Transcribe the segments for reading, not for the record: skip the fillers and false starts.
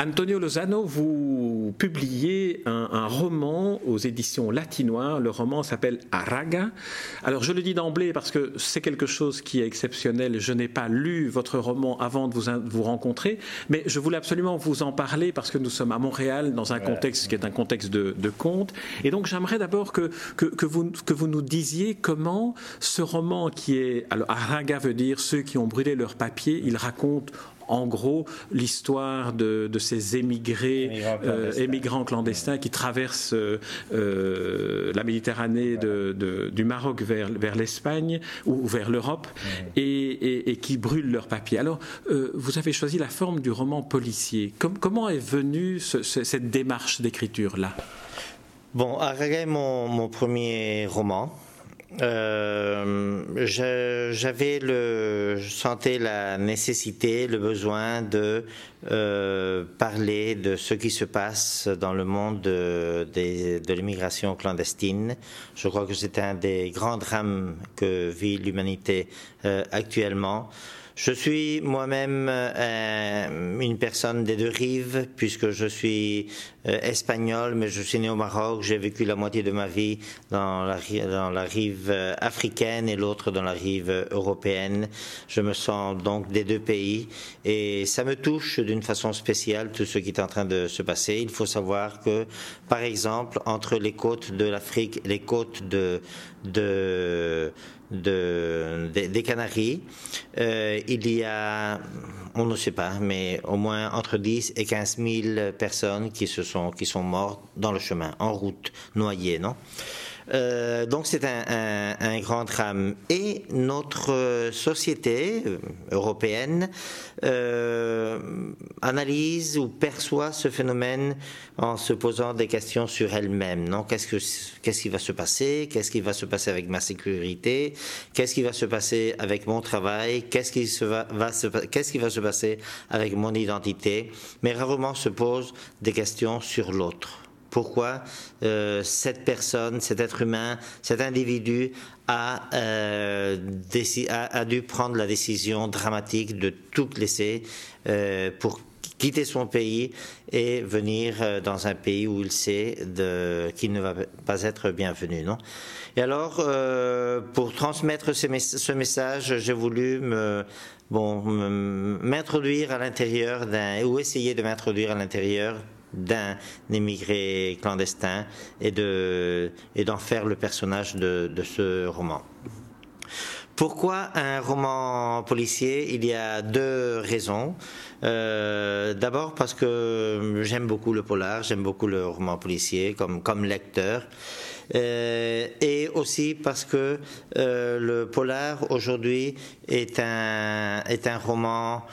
Antonio Lozano, vous publiez un roman aux éditions Latinois. Le roman s'appelle Arraga. Alors je le dis d'emblée parce que c'est quelque chose qui est exceptionnel. Je n'ai pas lu votre roman avant de vous rencontrer, mais je voulais absolument vous en parler parce que nous sommes à Montréal dans un contexte qui est un contexte de conte. Et donc j'aimerais d'abord que vous nous disiez comment ce roman qui est... Alors Arraga veut dire ceux qui ont brûlé leur papier. Il raconte en gros l'histoire de ces émigrants clandestins qui traversent la Méditerranée du Maroc vers l'Espagne ou vers l'Europe et qui brûlent leurs papiers. Alors, vous avez choisi la forme du roman policier. Comment est venue cette démarche d'écriture-là? Bon, Arraga est mon premier roman. Je sentais la nécessité, le besoin de parler de ce qui se passe dans le monde de l'immigration clandestine. Je crois que c'est un des grands drames que vit l'humanité actuellement. Je suis moi-même une personne des deux rives, puisque je suis espagnol, mais je suis né au Maroc. J'ai vécu la moitié de ma vie dans la rive africaine et l'autre dans la rive européenne. Je me sens donc des deux pays et ça me touche d'une façon spéciale tout ce qui est en train de se passer. Il faut savoir que, par exemple, entre les côtes de l'Afrique et les côtes des Canaries, il y a, on ne sait pas, mais au moins entre 10 et 15 000 personnes qui sont mortes dans le chemin, en route, noyées, non? Donc c'est un grand drame. Et notre société européenne analyse ou perçoit ce phénomène en se posant des questions sur elle-même. Non, qu'est-ce qui va se passer? Qu'est-ce qui va se passer avec ma sécurité? Qu'est-ce qui va se passer avec mon travail? Qu'est-ce qui va se passer avec mon identité? Mais rarement se pose des questions sur l'autre. Pourquoi cette personne, cet être humain, cet individu a dû prendre la décision dramatique de tout laisser pour quitter son pays et venir dans un pays où il sait qu'il ne va pas être bienvenu, non? Et alors, pour transmettre ce message, j'ai voulu m'introduire à l'intérieur ou essayer de m'introduire à l'intérieur d'un immigré clandestin et d'en faire le personnage de ce roman. Pourquoi un roman policier? Il y a deux raisons. D'abord parce que j'aime beaucoup le polar, j'aime beaucoup le roman policier comme lecteur. Et aussi parce que le polar aujourd'hui est un roman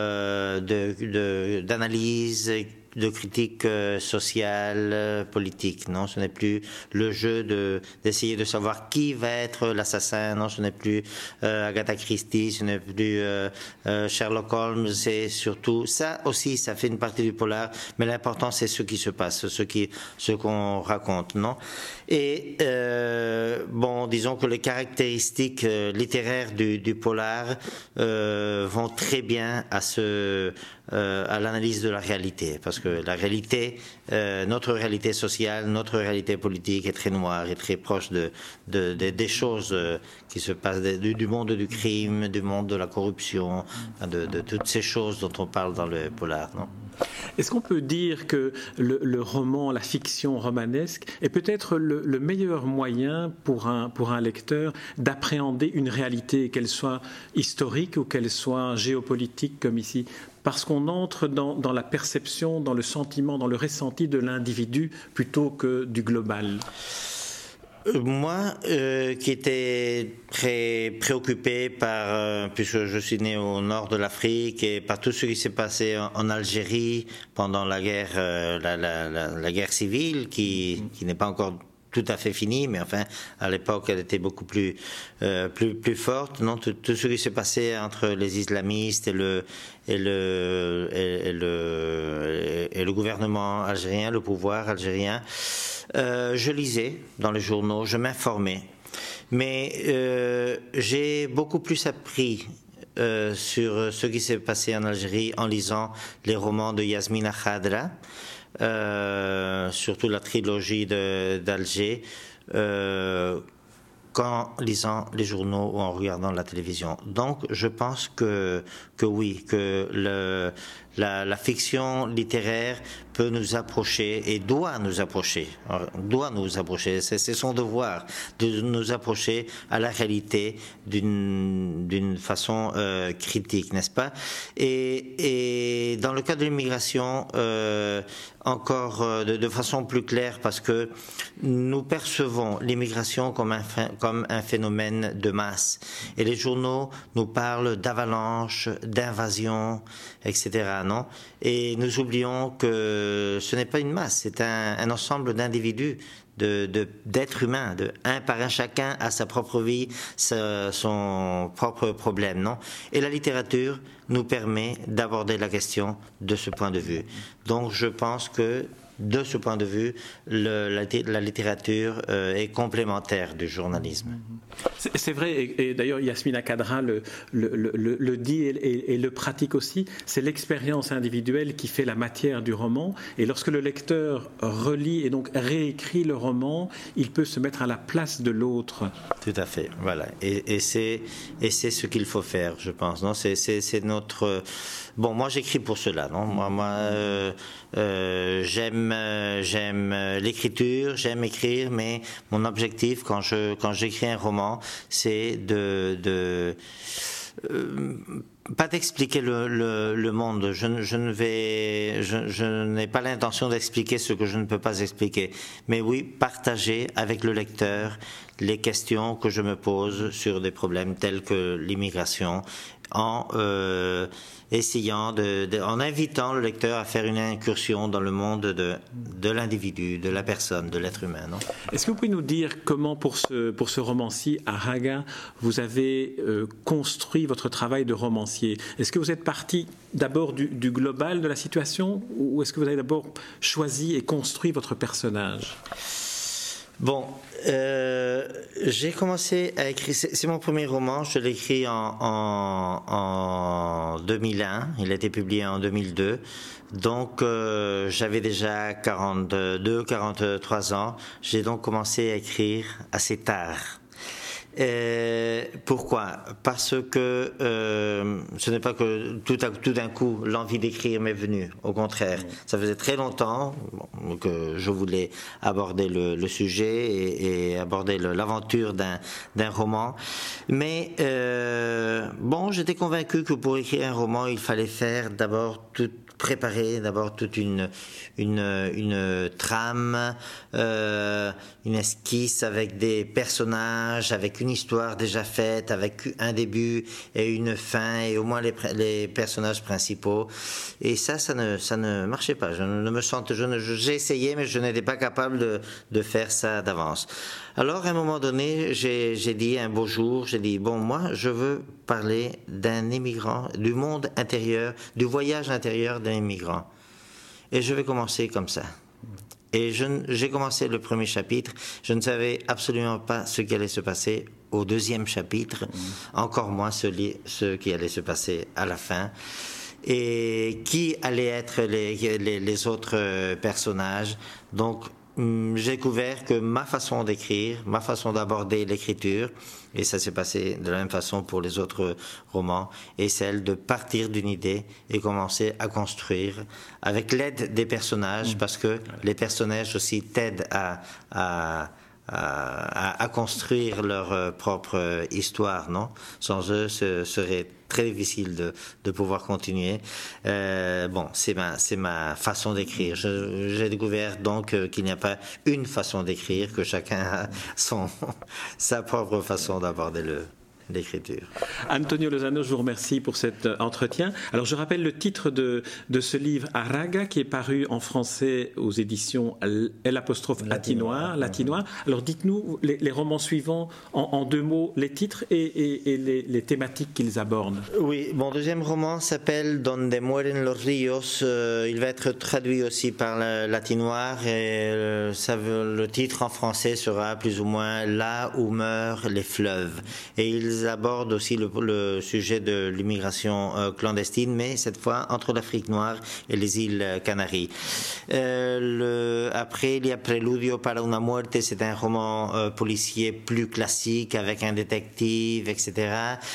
d'analyse, de critique sociale, politique. Non, ce n'est plus le jeu d'essayer de savoir qui va être l'assassin. Non, ce n'est plus Agatha Christie, ce n'est plus Sherlock Holmes. C'est surtout ça aussi, ça fait une partie du polar. Mais l'important, c'est ce qui se passe, ce qu'on raconte, non? Et disons que les caractéristiques littéraires du polar vont très bien à l'analyse de la réalité, parce que la réalité, notre réalité sociale, notre réalité politique est très noire et très proche des choses qui se passent, du monde du crime, du monde de la corruption, de toutes ces choses dont on parle dans le polar, non? Est-ce qu'on peut dire que le roman, la fiction romanesque est peut-être le meilleur moyen pour un lecteur d'appréhender une réalité, qu'elle soit historique ou qu'elle soit géopolitique comme ici? Parce qu'on entre dans la perception, dans le sentiment, dans le ressenti de l'individu plutôt que du global. Moi, qui étais très préoccupé puisque je suis né au nord de l'Afrique, et par tout ce qui s'est passé en Algérie pendant la guerre, la guerre civile, qui n'est pas encore tout à fait finie, mais enfin, à l'époque, elle était beaucoup plus forte. Non, tout ce qui s'est passé entre les islamistes et le gouvernement algérien, le pouvoir algérien. Je lisais dans les journaux, je m'informais, mais j'ai beaucoup plus appris sur ce qui s'est passé en Algérie en lisant les romans de Yasmina Khadra, surtout la trilogie d'Alger, qu'en lisant les journaux ou en regardant la télévision. Donc, je pense que oui, que la fiction littéraire peut nous approcher et doit nous approcher. C'est son devoir de nous approcher à la réalité d'une façon critique, n'est-ce pas? Et dans le cas de l'immigration, encore de façon plus claire, parce que nous percevons l'immigration comme un phénomène de masse. Et les journaux nous parlent d'avalanche, d'invasion, etc. Non? Et nous oublions que ce n'est pas une masse, c'est un ensemble d'individus, d'êtres humains, un par un, chacun a sa propre vie, son propre problème, non? Et la littérature nous permet d'aborder la question de ce point de vue. Donc je pense que de ce point de vue, la littérature est complémentaire du journalisme. C'est vrai, et d'ailleurs Yasmina Khadra le dit et le pratique aussi, c'est l'expérience individuelle qui fait la matière du roman, et lorsque le lecteur relit et donc réécrit le roman, il peut se mettre à la place de l'autre. Tout à fait, voilà, et c'est ce qu'il faut faire, je pense, non? C'est notre... Bon, moi j'écris pour cela, non? J'aime l'écriture, j'aime écrire, mais mon objectif quand j'écris un roman, c'est pas d'expliquer le monde. Je n'ai pas l'intention d'expliquer ce que je ne peux pas expliquer, mais oui, partager avec le lecteur les questions que je me pose sur des problèmes tels que l'immigration, en essayant en invitant le lecteur à faire une incursion dans le monde de l'individu, de la personne, de l'être humain, non? Est-ce que vous pouvez nous dire comment, pour ce roman-ci, à Raga, vous avez construit votre travail de romancier? Est-ce que vous êtes parti d'abord du global de la situation, ou est-ce que vous avez d'abord choisi et construit votre personnage? Bon, j'ai commencé à écrire, c'est mon premier roman, je l'ai écrit en 2001, il a été publié en 2002, donc j'avais déjà 43 ans, j'ai donc commencé à écrire assez tard. Pourquoi? Parce que ce n'est pas que tout d'un coup l'envie d'écrire m'est venue. Au contraire, ça faisait très longtemps que je voulais aborder le sujet et aborder l'aventure d'un roman. Mais bon, j'étais convaincu que pour écrire un roman, il fallait faire préparer d'abord toute une trame, une esquisse avec des personnages, avec une histoire déjà faite, avec un début et une fin et au moins les personnages principaux. Et ça ne marchait pas. J'ai essayé, mais je n'étais pas capable de faire ça d'avance. Alors, à un moment donné, j'ai dit un beau jour, bon, moi, je veux parler d'un immigrant, du monde intérieur, du voyage intérieur d'un immigrant. Et je vais commencer comme ça. Et j'ai commencé le premier chapitre, je ne savais absolument pas ce qui allait se passer au deuxième chapitre, encore moins ce qui allait se passer à la fin. Et qui allaient être les autres personnages. Donc, j'ai découvert que ma façon d'écrire, ma façon d'aborder l'écriture, et ça s'est passé de la même façon pour les autres romans, est celle de partir d'une idée et commencer à construire avec l'aide des personnages, parce que les personnages aussi t'aident à construire leur propre histoire, non? Sans eux, ce serait très difficile de pouvoir continuer. Bon, c'est ma façon d'écrire. J'ai découvert donc qu'il n'y a pas une façon d'écrire, que chacun a sa propre façon d'aborder l'écriture. Antonio Lozano, je vous remercie pour cet entretien. Alors, je rappelle le titre de ce livre, A Raga, qui est paru en français aux éditions Latinoir. Alors, dites-nous les romans suivants, en deux mots, les titres et les thématiques qu'ils abordent. Oui, mon deuxième roman s'appelle Donde mueren los ríos. Il va être traduit aussi par Latinoir et le titre en français sera plus ou moins Là où meurent les fleuves. Et ils ils abordent aussi le sujet de l'immigration clandestine, mais cette fois entre l'Afrique noire et les îles Canaries. Après, il y a Preludio para una muerte, c'est un roman policier plus classique avec un détective, etc.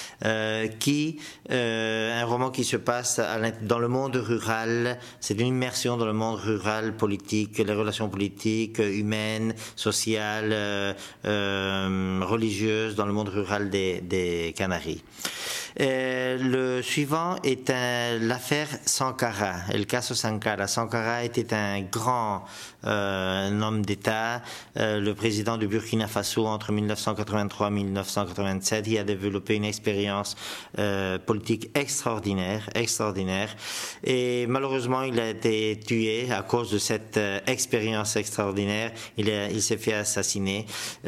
Un roman qui se passe dans le monde rural. C'est une immersion dans le monde rural, politique, les relations politiques, humaines, sociales, religieuses dans le monde rural des Canaries. Le suivant est l'affaire Sankara, El caso Sankara. Sankara était un grand homme d'État, le président du Burkina Faso entre 1983 et 1987. Il a développé une expérience politique extraordinaire. Et malheureusement, il a été tué à cause de cette expérience extraordinaire. Il s'est fait assassiner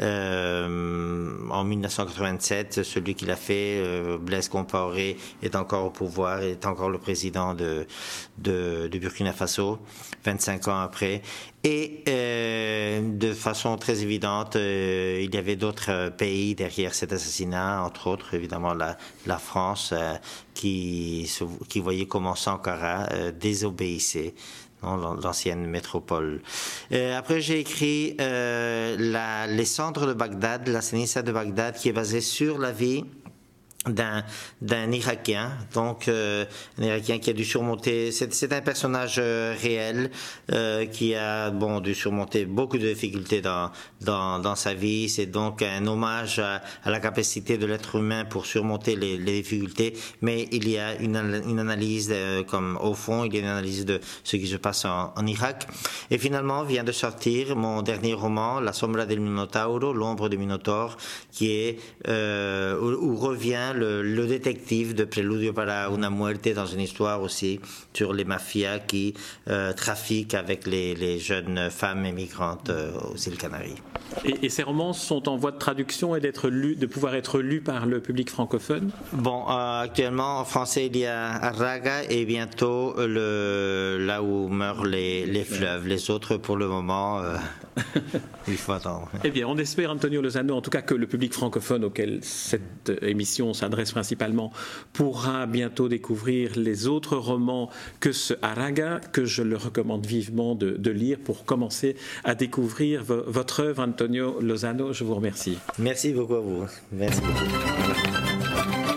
en 1987. Celui qui l'a fait, Blaise Compaoré, est encore au pouvoir, est encore le président du Burkina Faso, 25 ans après. Et de façon très évidente, il y avait d'autres pays derrière cet assassinat, entre autres évidemment la France, qui voyait comment Sankara désobéissait, l'ancienne métropole. Après, j'ai écrit Les cendres de Bagdad, la ceniza de Bagdad, qui est basée sur la vie d'un Irakien, donc un Irakien qui a dû surmonter, c'est un personnage réel qui a dû surmonter beaucoup de difficultés dans sa vie. C'est donc un hommage à la capacité de l'être humain pour surmonter les difficultés, mais il y a une analyse comme au fond, il y a une analyse de ce qui se passe en Irak. Et finalement vient de sortir mon dernier roman, La sombra del Minotauro, l'ombre du Minotaure, qui est où revient le détective de Preludio para una muerte, dans une histoire aussi sur les mafias qui trafiquent avec les jeunes femmes immigrantes aux îles Canaries. Et ces romans sont en voie de traduction et de pouvoir être lus par le public francophone? Bon, actuellement en français il y a Arraga et bientôt là où meurent les fleuves. Les autres pour le moment, il faut attendre. Eh bien, on espère, Antonio Lozano, en tout cas que le public francophone auquel cette émission s'adresse principalement pourra bientôt découvrir les autres romans que ce Arraga, que je le recommande vivement de lire pour commencer à découvrir votre œuvre, Antonio Lozano. Je vous remercie. Merci beaucoup à vous. Merci beaucoup.